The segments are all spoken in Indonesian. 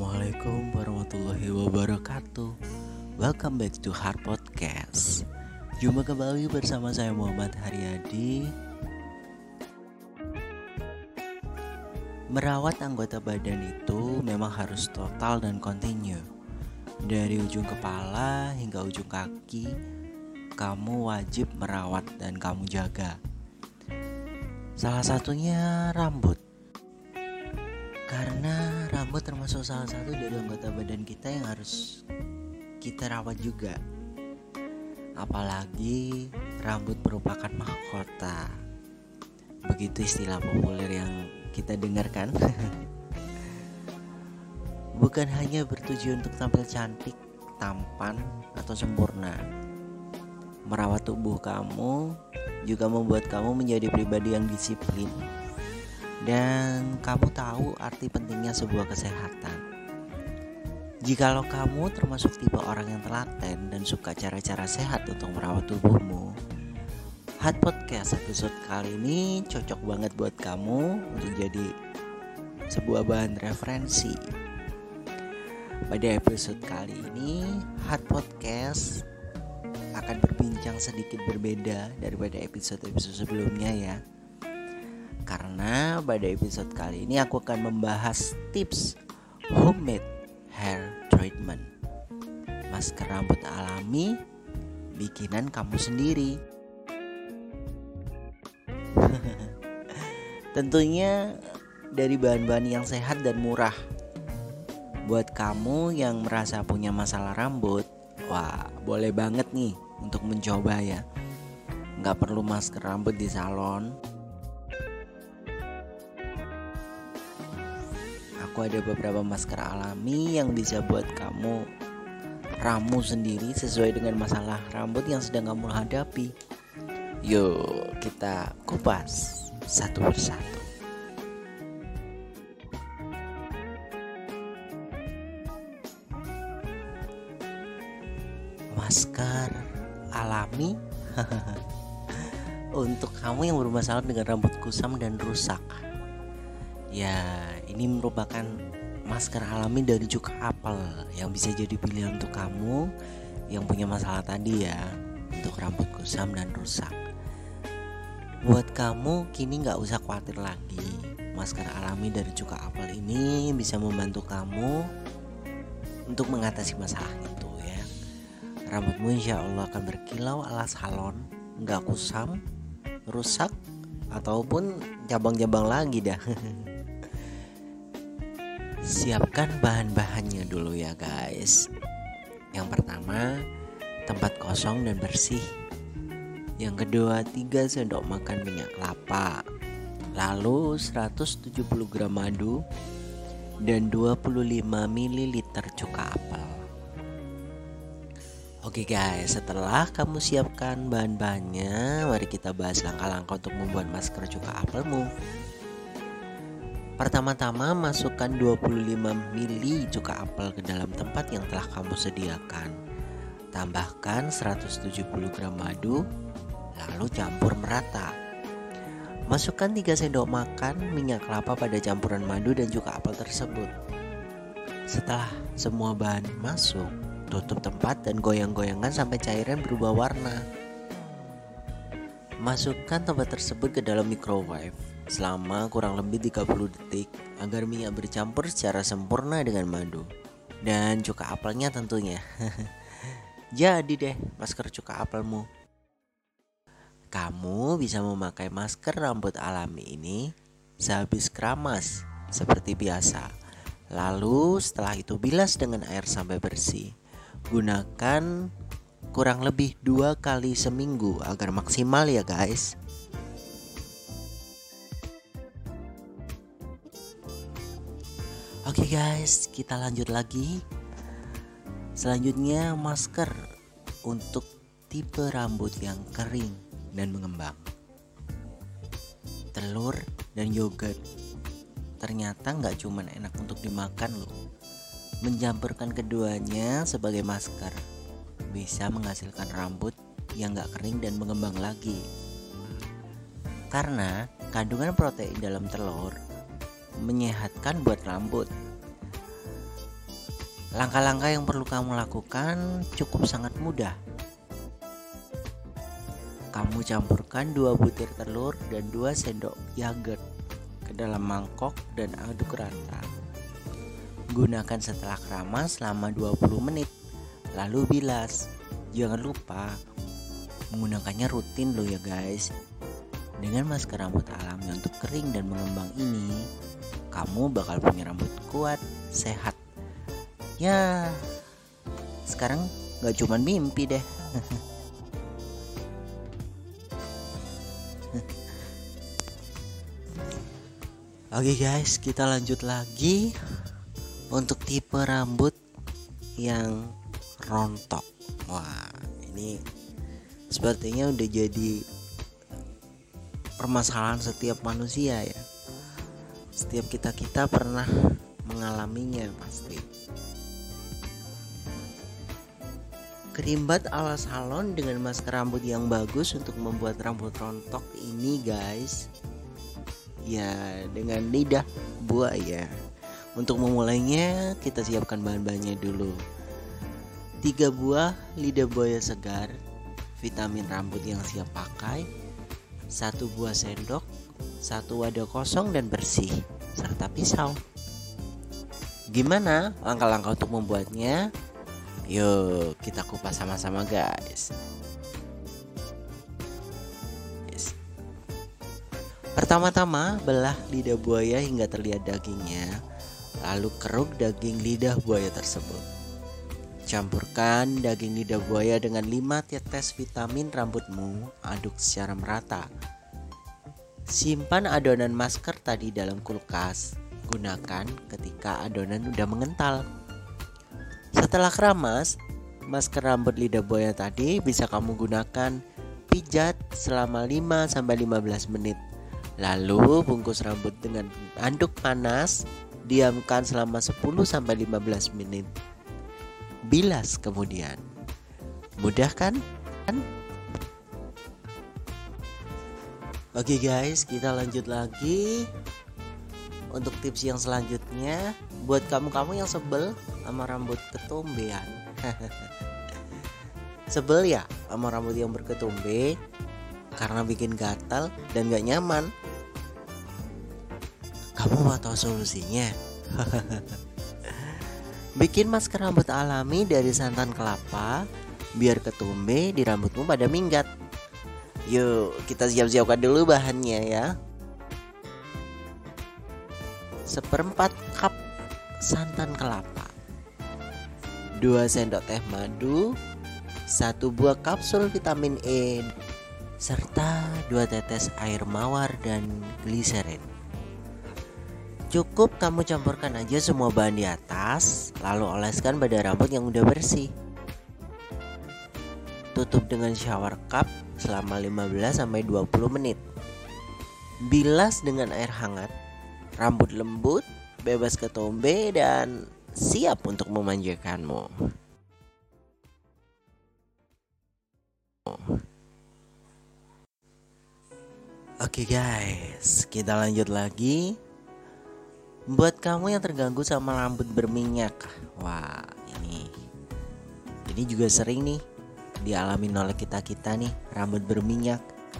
Assalamualaikum warahmatullahi wabarakatuh. Welcome back to Heart Podcast. Jumpa kembali bersama saya Muhammad Haryadi. Merawat anggota badan itu memang harus total dan kontinu. Dari ujung kepala hingga ujung kaki, kamu wajib merawat dan kamu jaga. Salah satunya rambut. Karena rambut termasuk salah satu dari anggota badan kita yang harus kita rawat juga. Apalagi rambut merupakan mahkota. Begitu istilah populer yang kita dengarkan. Bukan hanya bertujuan untuk tampil cantik, tampan, atau sempurna. Merawat tubuh kamu juga membuat kamu menjadi pribadi yang disiplin. Dan kamu tahu arti pentingnya sebuah kesehatan. Jikalau kamu termasuk tipe orang yang telaten dan suka cara-cara sehat untuk merawat tubuhmu, Heart Podcast episode kali ini cocok banget buat kamu untuk jadi sebuah bahan referensi. Pada episode kali ini, Heart Podcast akan berbincang sedikit berbeda daripada episode-episode sebelumnya ya. Karena pada episode kali ini aku akan membahas tips homemade hair treatment, masker rambut alami bikinan kamu sendiri. Tentunya dari bahan-bahan yang sehat dan murah. Buat kamu yang merasa punya masalah rambut, wah boleh banget nih untuk mencoba ya. Gak perlu masker rambut di salon. Aku ada beberapa masker alami yang bisa buat kamu ramu sendiri sesuai dengan masalah rambut yang sedang kamu hadapi. Yuk kita kupas satu persatu. Masker alami untuk kamu yang bermasalah dengan rambut kusam dan rusak. Ya, ini merupakan masker alami dari cuka apel yang bisa jadi pilihan untuk kamu yang punya masalah tadi ya, untuk rambut kusam dan rusak. Buat kamu kini gak usah khawatir lagi. Masker alami dari cuka apel ini bisa membantu kamu untuk mengatasi masalah itu ya. Rambutmu insya Allah akan berkilau ala salon, gak kusam, rusak, ataupun cabang-cabang lagi dah. Siapkan bahan-bahannya dulu ya guys. Yang pertama, tempat kosong dan bersih. Yang kedua, 3 sendok makan minyak kelapa. Lalu 170 gram madu dan 25 ml cuka apel. Oke guys, setelah kamu siapkan bahan-bahannya, mari kita bahas langkah-langkah untuk membuat masker cuka apelmu. Pertama-tama masukkan 25 ml cuka apel ke dalam tempat yang telah kamu sediakan. Tambahkan 170 gram madu, lalu campur merata. Masukkan 3 sendok makan minyak kelapa pada campuran madu dan cuka apel tersebut. Setelah semua bahan masuk, tutup tempat dan goyang-goyangkan sampai cairan berubah warna. Masukkan tempat tersebut ke dalam microwave selama kurang lebih 30 detik agar minyak bercampur secara sempurna dengan madu dan cuka apelnya tentunya. Jadi deh masker cuka apelmu. Kamu bisa memakai masker rambut alami ini sehabis keramas seperti biasa. Lalu setelah itu bilas dengan air sampai bersih. Gunakan kurang lebih 2 kali seminggu agar maksimal ya guys. Oke guys, kita lanjut lagi. Selanjutnya masker untuk tipe rambut yang kering dan mengembang. Telur dan yogurt ternyata gak cuma enak untuk dimakan loh. Mencampurkan keduanya sebagai masker bisa menghasilkan rambut yang gak kering dan mengembang lagi. Karena kandungan protein dalam telur menyehatkan buat rambut. Langkah-langkah yang perlu kamu lakukan cukup sangat mudah. Kamu campurkan 2 butir telur dan 2 sendok yogurt ke dalam mangkok dan aduk rata. Gunakan setelah keramas selama 20 menit, lalu bilas. Jangan lupa menggunakannya rutin loh ya guys. Dengan masker rambut alami untuk kering dan mengembang ini, kamu bakal punya rambut kuat, sehat. Ya, sekarang gak cuma mimpi deh. Oke guys, kita lanjut lagi untuk tipe rambut yang rontok. Wah, ini sepertinya udah jadi permasalahan setiap manusia ya. Setiap kita pernah mengalaminya pasti. Kerimbat ala salon dengan masker rambut yang bagus untuk membuat rambut rontok ini guys, ya dengan lidah buaya. Untuk memulainya kita siapkan bahan-bahannya dulu. 3 buah lidah buaya segar, vitamin rambut yang siap pakai, 1 buah sendok, 1 wadah kosong dan bersih, serta pisau. Gimana langkah-langkah untuk membuatnya? Yuk kita kupas sama-sama guys. Pertama-tama belah lidah buaya hingga terlihat dagingnya, lalu keruk daging lidah buaya tersebut. Campurkan daging lidah buaya dengan 5 tetes vitamin rambutmu, aduk secara merata. Simpan adonan masker tadi dalam kulkas. Gunakan ketika adonan udah mengental. Setelah keramas, masker rambut lidah buaya tadi bisa kamu gunakan pijat selama 5-15 menit. Lalu bungkus rambut dengan anduk panas, diamkan selama 10-15 menit. Bilas kemudian. Mudah kan? Oke guys, kita lanjut lagi. Untuk tips yang selanjutnya, buat kamu-kamu yang sebel sama rambut ketombean. Sebel ya sama rambut yang berketombe karena bikin gatal dan gak nyaman. Kamu mau tahu solusinya? Bikin masker rambut alami dari santan kelapa biar ketombe di rambutmu pada minggat. Yuk kita siap-siapkan dulu bahannya ya. 1/4 cup santan kelapa, 2 sendok teh madu, 1 buah kapsul vitamin E, serta 2 tetes air mawar dan gliserin. Cukup kamu campurkan aja semua bahan di atas, lalu oleskan pada rambut yang udah bersih. Tutup dengan shower cap selama 15-20 menit. Bilas dengan air hangat. Rambut lembut, bebas ketombe, dan siap untuk memanjakanmu. Oke guys, kita lanjut lagi. Buat kamu yang terganggu sama rambut berminyak, wah ini juga sering nih dialami oleh kita nih, rambut berminyak.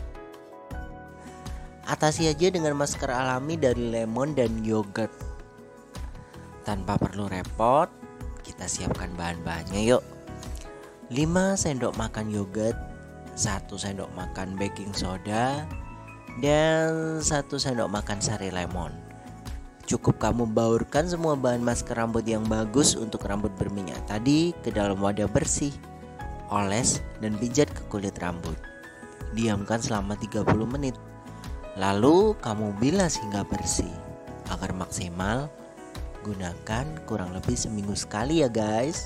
Atasi aja dengan masker alami dari lemon dan yogurt. Tanpa perlu repot, kita siapkan bahan-bahannya yuk. 5 sendok makan yogurt, 1 sendok makan baking soda, dan 1 sendok makan sari lemon. Cukup kamu baurkan semua bahan masker rambut yang bagus untuk rambut berminyak tadi ke dalam wadah bersih. Oles dan pijat ke kulit rambut. Diamkan selama 30 menit. Lalu kamu bilas hingga bersih. Agar maksimal, gunakan kurang lebih seminggu sekali ya guys.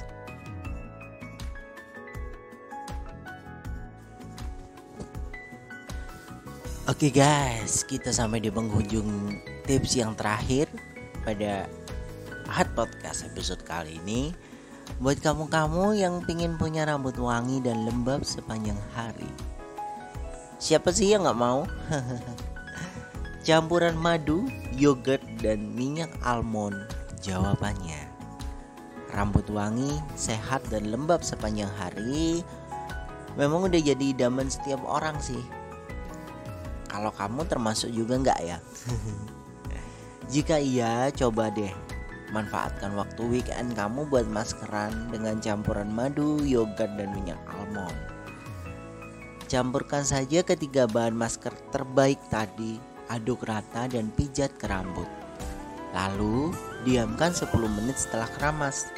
Oke guys, kita sampai di penghujung tips yang terakhir pada Hot Podcast episode kali ini. Buat kamu-kamu yang pingin punya rambut wangi dan lembab sepanjang hari. Siapa sih yang gak mau? Campuran madu, yogurt, dan minyak almond jawabannya. rambut wangi, sehat dan lembab sepanjang hari memang udah jadi idaman setiap orang sih. Kalau kamu termasuk juga nggak ya? Jika iya, coba deh manfaatkan waktu weekend kamu buat maskeran dengan campuran madu, yogurt, dan minyak almond. Campurkan saja ketiga bahan masker terbaik tadi, aduk rata dan pijat ke rambut. Lalu diamkan 10 menit setelah keramas.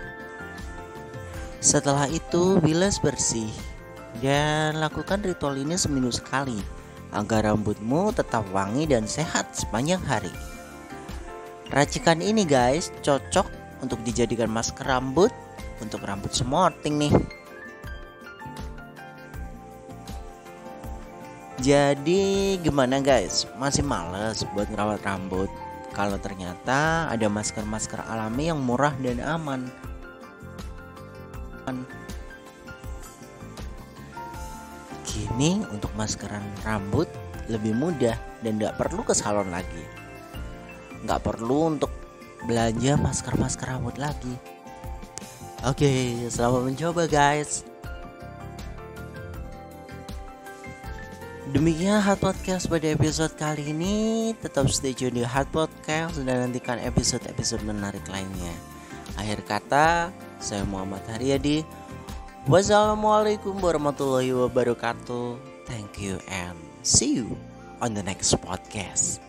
Setelah itu bilas bersih dan lakukan ritual ini seminggu sekali agar rambutmu tetap wangi dan sehat sepanjang hari. Racikan ini guys cocok untuk dijadikan masker rambut untuk rambut semorting nih. Jadi gimana guys, masih males buat ngerawat rambut? Kalau ternyata ada masker-masker alami yang murah dan aman. Kini untuk maskeran rambut lebih mudah dan gak perlu ke salon lagi. Gak perlu untuk belanja masker-masker rambut lagi. Oke, selamat mencoba guys. Demikian Hot Podcast pada episode kali ini. Tetap stay tune di Hot Podcast dan nantikan episode-episode menarik lainnya. Akhir kata, saya Muhammad Haryadi. Wassalamualaikum warahmatullahi wabarakatuh. Thank you and see you on the next podcast.